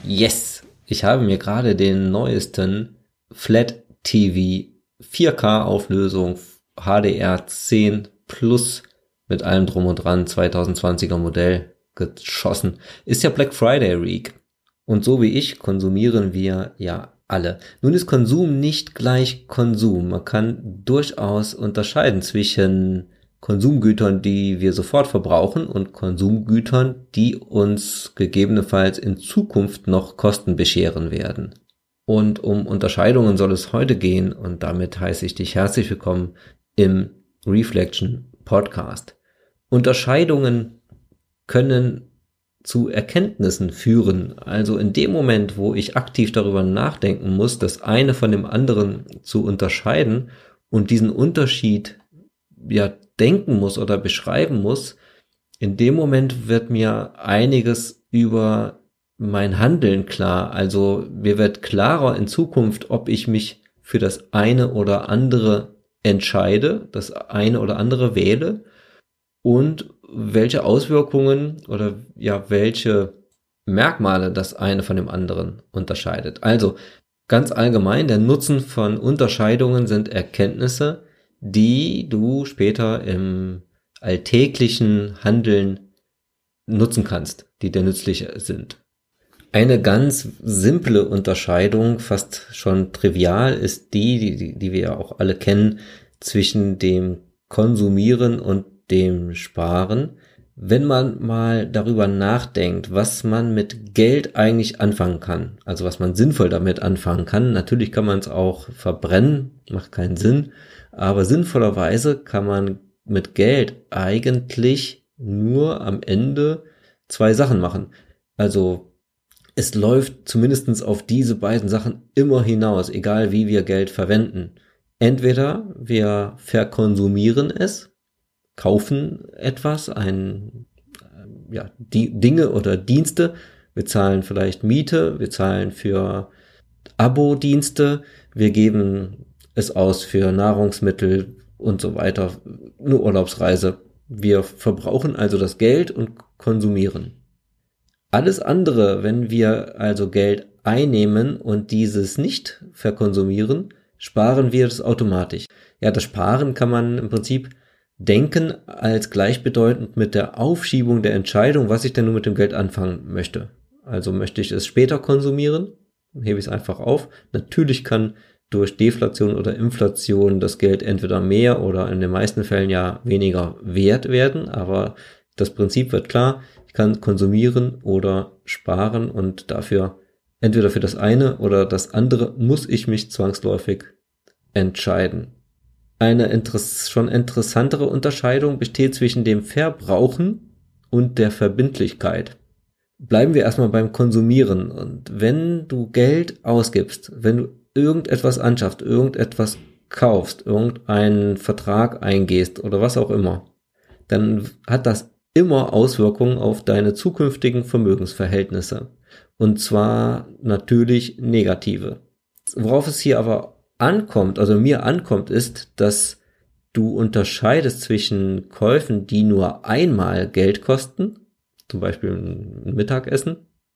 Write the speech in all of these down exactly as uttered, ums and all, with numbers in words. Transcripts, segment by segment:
Yes! Ich habe mir gerade den neuesten Flat T V vier K Auflösung H D R zehn Plus mit allem drum und dran zweitausendzwanziger Modell geschossen. Ist ja Black Friday Week. Und so wie ich konsumieren wir ja alle. Nun ist Konsum nicht gleich Konsum. Man kann durchaus unterscheiden zwischen Konsumgütern, die wir sofort verbrauchen, und Konsumgütern, die uns gegebenenfalls in Zukunft noch Kosten bescheren werden. Und um Unterscheidungen soll es heute gehen, und damit heiße ich dich herzlich willkommen im Reflection Podcast. Unterscheidungen können zu Erkenntnissen führen. Also in dem Moment, wo ich aktiv darüber nachdenken muss, das eine von dem anderen zu unterscheiden und diesen Unterschied ja denken muss oder beschreiben muss, in dem Moment wird mir einiges über mein Handeln klar. Also mir wird klarer in Zukunft, ob ich mich für das eine oder andere entscheide, das eine oder andere wähle und welche Auswirkungen oder ja welche Merkmale das eine von dem anderen unterscheidet. Also ganz allgemein, der Nutzen von Unterscheidungen sind Erkenntnisse, die du später im alltäglichen Handeln nutzen kannst, die dir nützlich sind. Eine ganz simple Unterscheidung, fast schon trivial, ist die, die, die wir ja auch alle kennen, zwischen dem Konsumieren und dem Sparen. Wenn man mal darüber nachdenkt, was man mit Geld eigentlich anfangen kann, also was man sinnvoll damit anfangen kann, natürlich kann man es auch verbrennen, macht keinen Sinn, aber sinnvollerweise kann man mit Geld eigentlich nur am Ende zwei Sachen machen. Also es läuft zumindest auf diese beiden Sachen immer hinaus, egal wie wir Geld verwenden. Entweder wir verkonsumieren es, kaufen etwas, ein, ja, die Dinge oder Dienste. Wir zahlen vielleicht Miete, wir zahlen für Abo-Dienste, wir geben es aus für Nahrungsmittel und so weiter, eine Urlaubsreise. Wir verbrauchen also das Geld und konsumieren. Alles andere, wenn wir also Geld einnehmen und dieses nicht verkonsumieren, sparen wir es automatisch. Ja, das Sparen kann man im Prinzip denken als gleichbedeutend mit der Aufschiebung der Entscheidung, was ich denn nun mit dem Geld anfangen möchte. Also möchte ich es später konsumieren, dann hebe ich es einfach auf. Natürlich kann durch Deflation oder Inflation das Geld entweder mehr oder in den meisten Fällen ja weniger wert werden, aber das Prinzip wird klar, ich kann konsumieren oder sparen und dafür entweder für das eine oder das andere muss ich mich zwangsläufig entscheiden. Eine interess- schon interessantere Unterscheidung besteht zwischen dem Verbrauchen und der Verbindlichkeit. Bleiben wir erstmal beim Konsumieren. Und wenn du Geld ausgibst, wenn du irgendetwas anschaffst, irgendetwas kaufst, irgendeinen Vertrag eingehst oder was auch immer, dann hat das immer Auswirkungen auf deine zukünftigen Vermögensverhältnisse. Und zwar natürlich negative. Worauf es hier aber ankommt, also mir ankommt, ist, dass du unterscheidest zwischen Käufen, die nur einmal Geld kosten, zum Beispiel ein Mittagessen,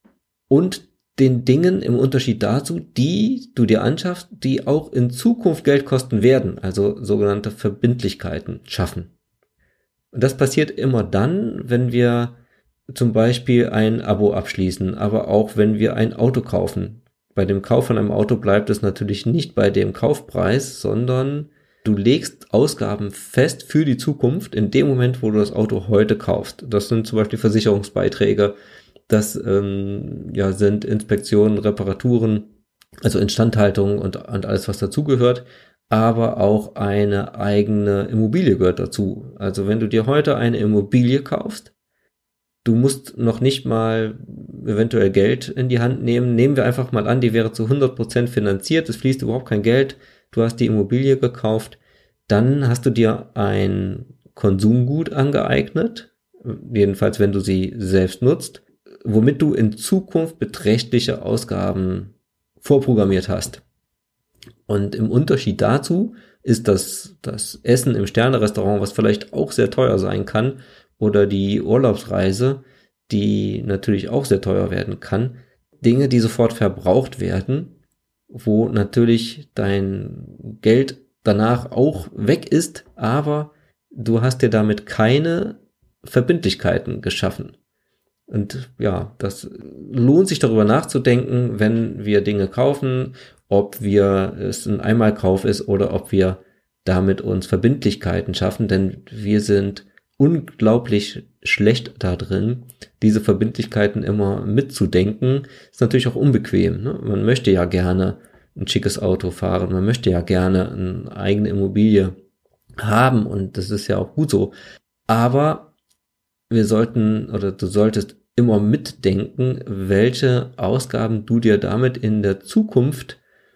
und den Dingen im Unterschied dazu, die du dir anschaffst, die auch in Zukunft Geld kosten werden, also sogenannte Verbindlichkeiten schaffen. Und das passiert immer dann, wenn wir zum Beispiel ein Abo abschließen, aber auch wenn wir ein Auto kaufen. Bei dem Kauf von einem Auto bleibt es natürlich nicht bei dem Kaufpreis, sondern du legst Ausgaben fest für die Zukunft in dem Moment, wo du das Auto heute kaufst. Das sind zum Beispiel Versicherungsbeiträge, das ähm, ja sind Inspektionen, Reparaturen, also Instandhaltung und, und alles, was dazugehört. Aber auch eine eigene Immobilie gehört dazu. Also wenn du dir heute eine Immobilie kaufst, du musst noch nicht mal eventuell Geld in die Hand nehmen. Nehmen wir einfach mal an, die wäre zu hundert Prozent finanziert, es fließt überhaupt kein Geld, du hast die Immobilie gekauft, dann hast du dir ein Konsumgut angeeignet, jedenfalls wenn du sie selbst nutzt, womit du in Zukunft beträchtliche Ausgaben vorprogrammiert hast. Und im Unterschied dazu ist das, das Essen im Sterne-Restaurant, was vielleicht auch sehr teuer sein kann, oder die Urlaubsreise, die natürlich auch sehr teuer werden kann, Dinge, die sofort verbraucht werden, wo natürlich dein Geld danach auch weg ist, aber du hast dir damit keine Verbindlichkeiten geschaffen. Und ja, das lohnt sich darüber nachzudenken, wenn wir Dinge kaufen, ob wir es ein Einmalkauf ist oder ob wir damit uns Verbindlichkeiten schaffen, denn wir sind unglaublich schlecht da drin, diese Verbindlichkeiten immer mitzudenken. Ist natürlich auch unbequem, ne? Man möchte ja gerne ein schickes Auto fahren, man möchte ja gerne eine eigene Immobilie haben und das ist ja auch gut so. Aber wir sollten oder du solltest immer mitdenken, welche Ausgaben du dir damit in der Zukunft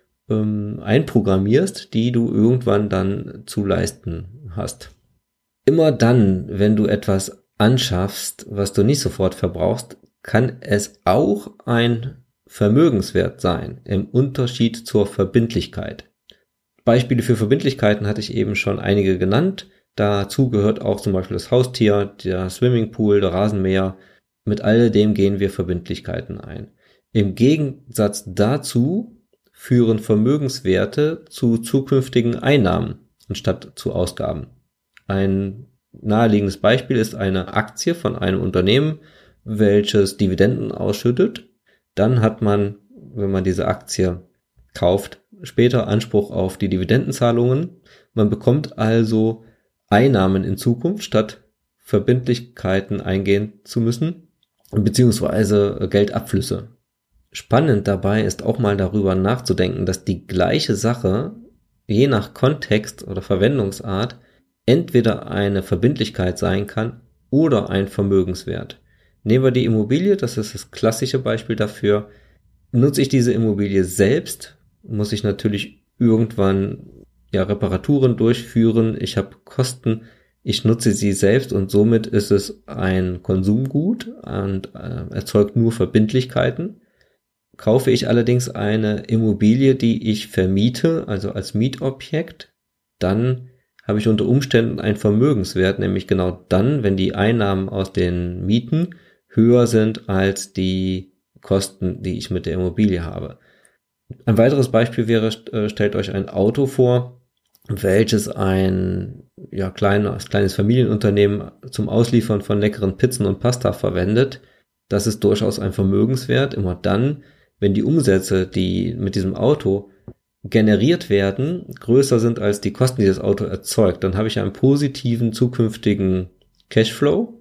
ähm, einprogrammierst, die du irgendwann dann zu leisten hast. Immer dann, wenn du etwas anschaffst, was du nicht sofort verbrauchst, kann es auch ein Vermögenswert sein, im Unterschied zur Verbindlichkeit. Beispiele für Verbindlichkeiten hatte ich eben schon einige genannt. Dazu gehört auch zum Beispiel das Haustier, der Swimmingpool, der Rasenmäher. Mit all dem gehen wir Verbindlichkeiten ein. Im Gegensatz dazu führen Vermögenswerte zu zukünftigen Einnahmen anstatt zu Ausgaben. Ein naheliegendes Beispiel ist eine Aktie von einem Unternehmen, welches Dividenden ausschüttet. Dann hat man, wenn man diese Aktie kauft, später Anspruch auf die Dividendenzahlungen. Man bekommt also Einnahmen in Zukunft, statt Verbindlichkeiten eingehen zu müssen, beziehungsweise Geldabflüsse. Spannend dabei ist auch mal darüber nachzudenken, dass die gleiche Sache, je nach Kontext oder Verwendungsart, entweder eine Verbindlichkeit sein kann oder ein Vermögenswert. Nehmen wir die Immobilie, das ist das klassische Beispiel dafür. Nutze ich diese Immobilie selbst, muss ich natürlich irgendwann ja Reparaturen durchführen. Ich habe Kosten, ich nutze sie selbst und somit ist es ein Konsumgut und äh, erzeugt nur Verbindlichkeiten. Kaufe ich allerdings eine Immobilie, die ich vermiete, also als Mietobjekt, dann habe ich unter Umständen einen Vermögenswert, nämlich genau dann, wenn die Einnahmen aus den Mieten höher sind als die Kosten, die ich mit der Immobilie habe. Ein weiteres Beispiel wäre, stellt euch ein Auto vor, welches ein ja, kleines, kleines Familienunternehmen zum Ausliefern von leckeren Pizzen und Pasta verwendet. Das ist durchaus ein Vermögenswert, immer dann, wenn die Umsätze, die mit diesem Auto generiert werden, größer sind als die Kosten, die das Auto erzeugt. Dann habe ich einen positiven zukünftigen Cashflow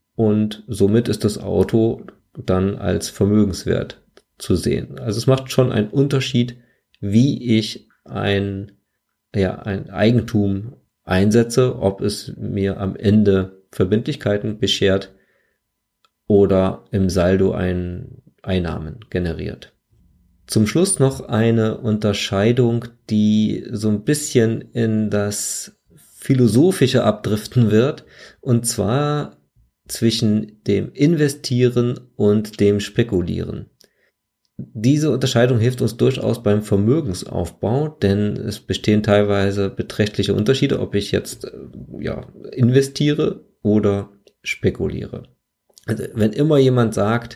und somit ist das Auto dann als Vermögenswert zu sehen. Also es macht schon einen Unterschied, wie ich ein, ja, ein Eigentum einsetze, ob es mir am Ende Verbindlichkeiten beschert oder im Saldo ein Einnahmen generiert. Zum Schluss noch eine Unterscheidung, die so ein bisschen in das Philosophische abdriften wird, und zwar zwischen dem Investieren und dem Spekulieren. Diese Unterscheidung hilft uns durchaus beim Vermögensaufbau, denn es bestehen teilweise beträchtliche Unterschiede, ob ich jetzt ja, investiere oder spekuliere. Also wenn immer jemand sagt,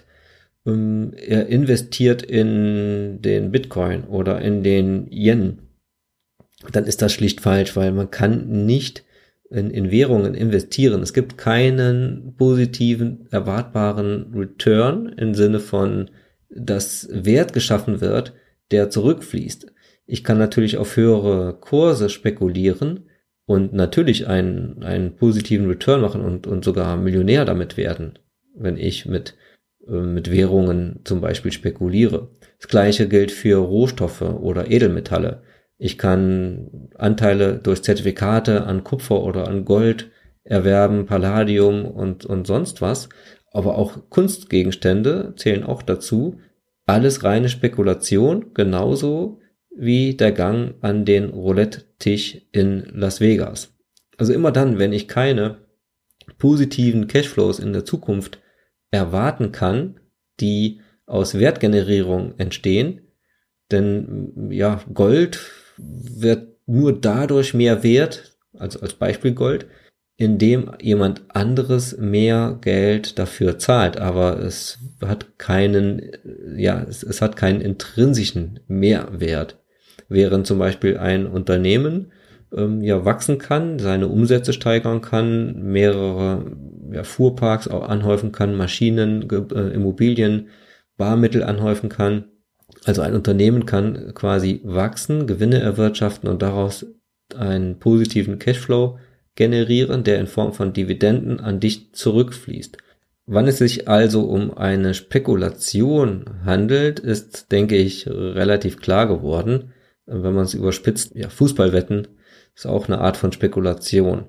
er investiert in den Bitcoin oder in den Yen, dann ist das schlicht falsch, weil man kann nicht in, in Währungen investieren. Es gibt keinen positiven, erwartbaren Return im Sinne von, dass Wert geschaffen wird, der zurückfließt. Ich kann natürlich auf höhere Kurse spekulieren und natürlich einen, einen positiven Return machen und, und sogar Millionär damit werden, wenn ich mit mit Währungen zum Beispiel spekuliere. Das gleiche gilt für Rohstoffe oder Edelmetalle. Ich kann Anteile durch Zertifikate an Kupfer oder an Gold erwerben, Palladium und, und sonst was. Aber auch Kunstgegenstände zählen auch dazu. Alles reine Spekulation, genauso wie der Gang an den Roulette-Tisch in Las Vegas. Also immer dann, wenn ich keine positiven Cashflows in der Zukunft erwarten kann, die aus Wertgenerierung entstehen, denn ja, Gold wird nur dadurch mehr wert, also als Beispiel Gold, indem jemand anderes mehr Geld dafür zahlt, aber es hat keinen, ja, es, es hat keinen intrinsischen Mehrwert. Während zum Beispiel ein Unternehmen ähm, ja wachsen kann, seine Umsätze steigern kann, mehrere ja, Fuhrparks auch anhäufen kann, Maschinen, äh, Immobilien, Barmittel anhäufen kann. Also ein Unternehmen kann quasi wachsen, Gewinne erwirtschaften und daraus einen positiven Cashflow generieren, der in Form von Dividenden an dich zurückfließt. Wann es sich also um eine Spekulation handelt, ist, denke ich, relativ klar geworden. Wenn man es überspitzt, ja, Fußballwetten ist auch eine Art von Spekulation.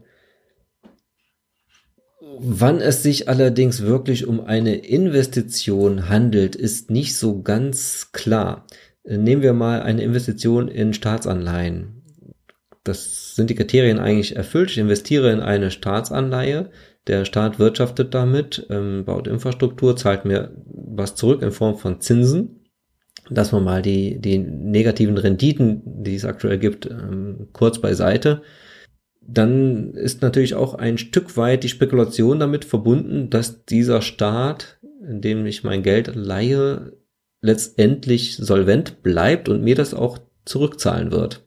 Wann es sich allerdings wirklich um eine Investition handelt, ist nicht so ganz klar. Nehmen wir mal eine Investition in Staatsanleihen. Das sind die Kriterien eigentlich erfüllt. Ich investiere in eine Staatsanleihe. Der Staat wirtschaftet damit, ähm, baut Infrastruktur, zahlt mir was zurück in Form von Zinsen. Dass man mal die, die negativen Renditen, die es aktuell gibt, ähm, kurz beiseite. Dann ist natürlich auch ein Stück weit die Spekulation damit verbunden, dass dieser Staat, in dem ich mein Geld leihe, letztendlich solvent bleibt und mir das auch zurückzahlen wird.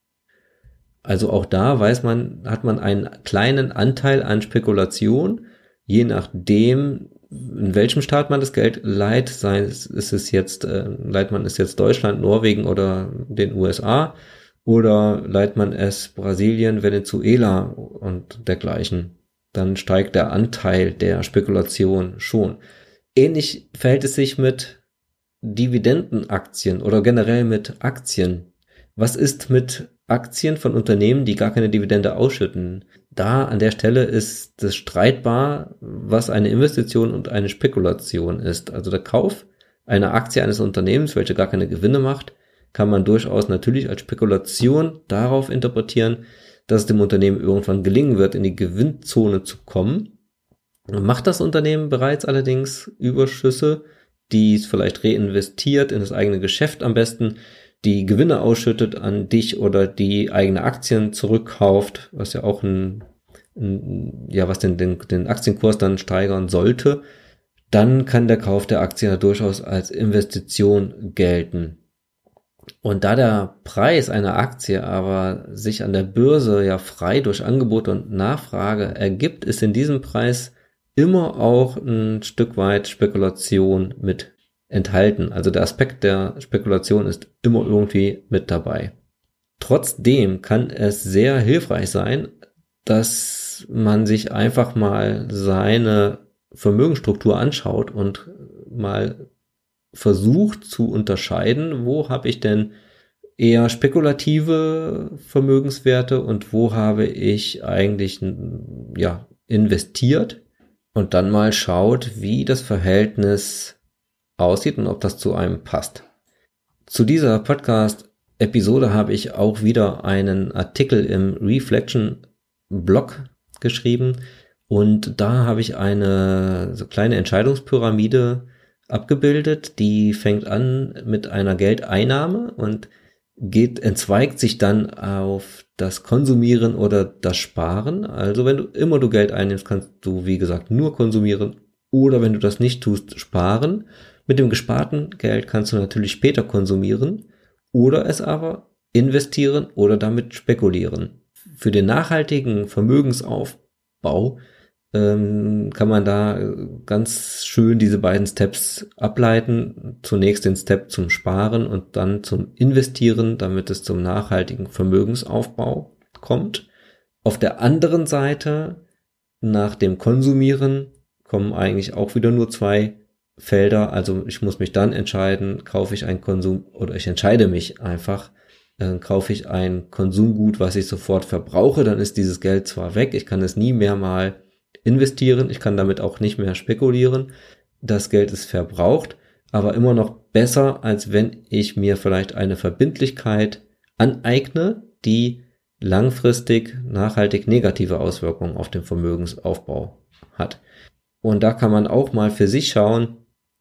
Also auch da weiß man, hat man einen kleinen Anteil an Spekulation, je nachdem, in welchem Staat man das Geld leiht, sei es, ist es jetzt, äh, leiht man es jetzt Deutschland, Norwegen oder den U S A, oder leiht man es Brasilien, Venezuela und dergleichen, dann steigt der Anteil der Spekulation schon. Ähnlich verhält es sich mit Dividendenaktien oder generell mit Aktien. Was ist mit Aktien von Unternehmen, die gar keine Dividende ausschütten? Da an der Stelle ist es streitbar, was eine Investition und eine Spekulation ist. Also der Kauf einer Aktie eines Unternehmens, welche gar keine Gewinne macht, kann man durchaus natürlich als Spekulation darauf interpretieren, dass es dem Unternehmen irgendwann gelingen wird, in die Gewinnzone zu kommen. Macht das Unternehmen bereits allerdings Überschüsse, die es vielleicht reinvestiert in das eigene Geschäft am besten, die Gewinne ausschüttet an dich oder die eigene Aktien zurückkauft, was ja auch ein, ein ja, was den, den, den Aktienkurs dann steigern sollte, dann kann der Kauf der Aktie ja durchaus als Investition gelten. Und da der Preis einer Aktie aber sich an der Börse ja frei durch Angebot und Nachfrage ergibt, ist in diesem Preis immer auch ein Stück weit Spekulation mit enthalten. Also der Aspekt der Spekulation ist immer irgendwie mit dabei. Trotzdem kann es sehr hilfreich sein, dass man sich einfach mal seine Vermögensstruktur anschaut und mal versucht zu unterscheiden, wo habe ich denn eher spekulative Vermögenswerte und wo habe ich eigentlich ja investiert und dann mal schaut, wie das Verhältnis aussieht und ob das zu einem passt. Zu dieser Podcast-Episode habe ich auch wieder einen Artikel im Reflection-Blog geschrieben und da habe ich eine so kleine Entscheidungspyramide abgebildet, die fängt an mit einer Geldeinnahme und geht, entzweigt sich dann auf das Konsumieren oder das Sparen. Also wenn du immer du Geld einnimmst, kannst du, wie gesagt, nur konsumieren oder wenn du das nicht tust, sparen. Mit dem gesparten Geld kannst du natürlich später konsumieren oder es aber investieren oder damit spekulieren. Für den nachhaltigen Vermögensaufbau ähm, kann man da ganz schön diese beiden Steps ableiten. Zunächst den Step zum Sparen und dann zum Investieren, damit es zum nachhaltigen Vermögensaufbau kommt. Auf der anderen Seite, nach dem Konsumieren, kommen eigentlich auch wieder nur zwei Felder. Also ich muss mich dann entscheiden, kaufe ich ein Konsum oder ich entscheide mich einfach, äh, kaufe ich ein Konsumgut, was ich sofort verbrauche, dann ist dieses Geld zwar weg, ich kann es nie mehr mal investieren, ich kann damit auch nicht mehr spekulieren, das Geld ist verbraucht, aber immer noch besser, als wenn ich mir vielleicht eine Verbindlichkeit aneigne, die langfristig nachhaltig negative Auswirkungen auf den Vermögensaufbau hat. Und da kann man auch mal für sich schauen,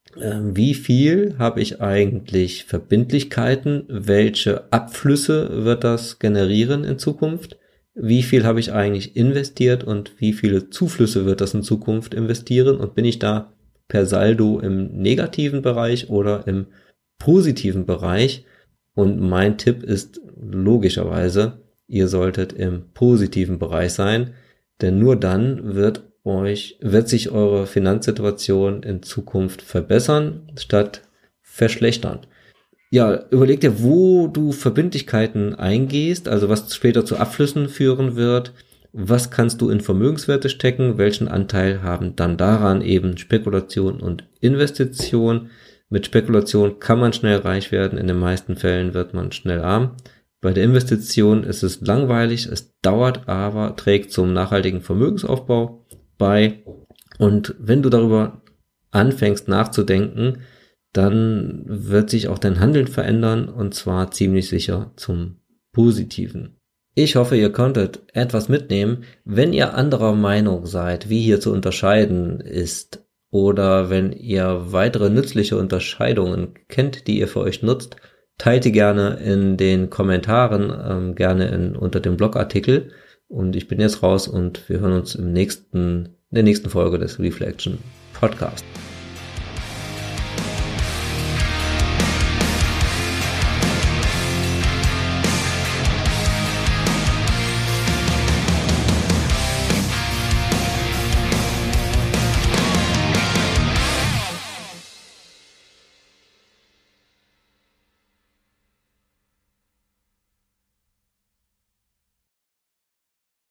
wie viel habe ich eigentlich Verbindlichkeiten, welche Abflüsse wird das generieren in Zukunft, wie viel habe ich eigentlich investiert und wie viele Zuflüsse wird das in Zukunft investieren und bin ich da per Saldo im negativen Bereich oder im positiven Bereich? Und mein Tipp ist logischerweise, ihr solltet im positiven Bereich sein, denn nur dann wird euch, wird sich eure Finanzsituation in Zukunft verbessern, statt verschlechtern. Ja, überleg dir, wo du Verbindlichkeiten eingehst, also was später zu Abflüssen führen wird. Was kannst du in Vermögenswerte stecken? Welchen Anteil haben dann daran eben Spekulation und Investition? Mit Spekulation kann man schnell reich werden, in den meisten Fällen wird man schnell arm. Bei der Investition ist es langweilig, es dauert aber, trägt zum nachhaltigen Vermögensaufbau bei. Und wenn du darüber anfängst nachzudenken, dann wird sich auch dein Handeln verändern und zwar ziemlich sicher zum Positiven. Ich hoffe, ihr konntet etwas mitnehmen. Wenn ihr anderer Meinung seid, wie hier zu unterscheiden ist, oder wenn ihr weitere nützliche Unterscheidungen kennt, die ihr für euch nutzt, teilt die gerne in den Kommentaren, ähm, gerne in, unter dem Blogartikel. Und ich bin jetzt raus und wir hören uns im nächsten, in der nächsten Folge des Reflection Podcast.